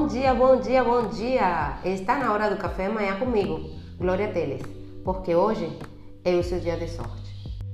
Bom dia, bom dia, bom dia! Está na hora do café amanhã comigo, Glória Teles, porque hoje é o seu dia de sorte.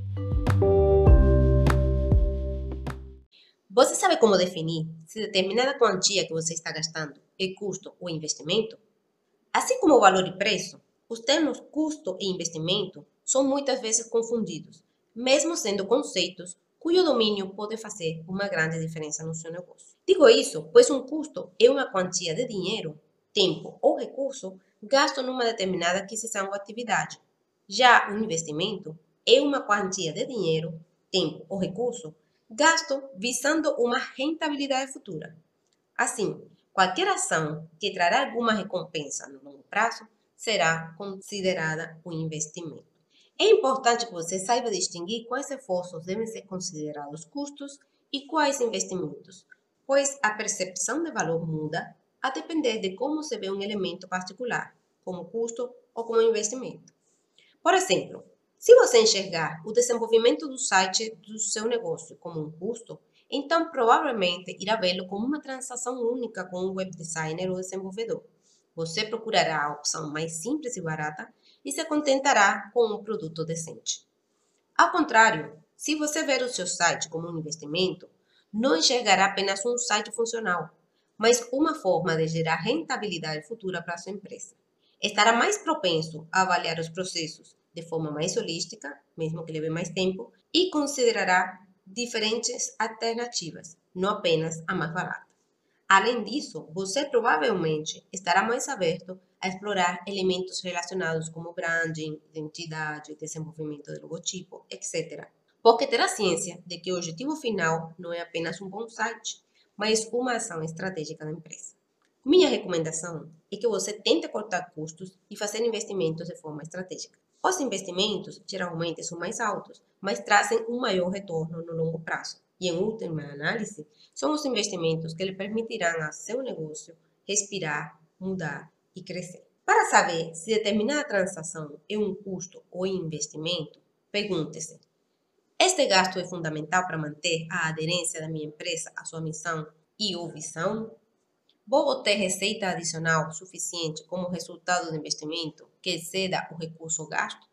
Você sabe como definir se determinada quantia que você está gastando é custo ou investimento? Assim como o valor e preço, os termos custo e investimento são muitas vezes confundidos, mesmo sendo conceitos cujo domínio pode fazer uma grande diferença no seu negócio. Digo isso, pois um custo é uma quantia de dinheiro, tempo ou recurso gasto numa determinada aquisição ou atividade. Já um investimento é uma quantia de dinheiro, tempo ou recurso gasto visando uma rentabilidade futura. Assim, qualquer ação que trará alguma recompensa no longo prazo será considerada um investimento. É importante que você saiba distinguir quais esforços devem ser considerados custos e quais investimentos, pois a percepção de valor muda a depender de como se vê um elemento particular, como custo ou como investimento. Por exemplo, se você enxergar o desenvolvimento do site do seu negócio como um custo, então provavelmente irá vê-lo como uma transação única com um web designer ou desenvolvedor. Você procurará a opção mais simples e barata e se contentará com um produto decente. Ao contrário, se você ver o seu site como um investimento, não enxergará apenas um site funcional, mas uma forma de gerar rentabilidade futura para a sua empresa. Estará mais propenso a avaliar os processos de forma mais holística, mesmo que leve mais tempo, e considerará diferentes alternativas, não apenas a mais barata. Além disso, você provavelmente estará mais aberto a explorar elementos relacionados como branding, identidade, desenvolvimento de logotipo, etc. Porque terá ciência de que o objetivo final não é apenas um bom site, mas uma ação estratégica da empresa. Minha recomendação é que você tente cortar custos e fazer investimentos de forma estratégica. Os investimentos geralmente são mais altos, mas trazem um maior retorno no longo prazo. E, em última análise, são os investimentos que lhe permitirão a seu negócio respirar, mudar e crescer. Para saber se determinada transação é um custo ou investimento, pergunte-se: este gasto é fundamental para manter a aderência da minha empresa à sua missão e ou visão? Vou obter receita adicional suficiente como resultado do investimento que exceda o recurso gasto?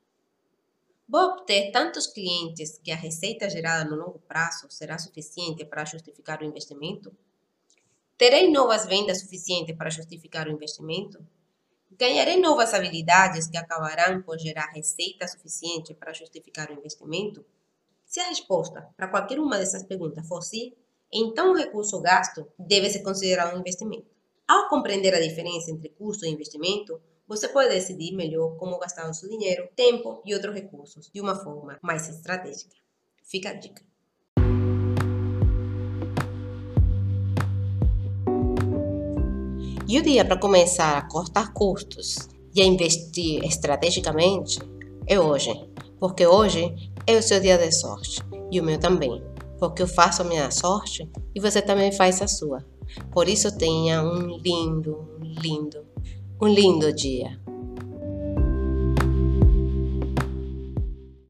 Vou obter tantos clientes que a receita gerada no longo prazo será suficiente para justificar o investimento? Terei novas vendas suficientes para justificar o investimento? Ganharei novas habilidades que acabarão por gerar receita suficiente para justificar o investimento? Se a resposta para qualquer uma dessas perguntas for sim, então o recurso gasto deve ser considerado um investimento. Ao compreender a diferença entre custo e investimento, você pode decidir melhor como gastar o seu dinheiro, tempo e outros recursos de uma forma mais estratégica. Fica a dica. E o dia para começar a cortar custos e a investir estrategicamente é hoje, porque hoje é o seu dia de sorte e o meu também, porque eu faço a minha sorte e você também faz a sua. Por isso tenha um lindo dia.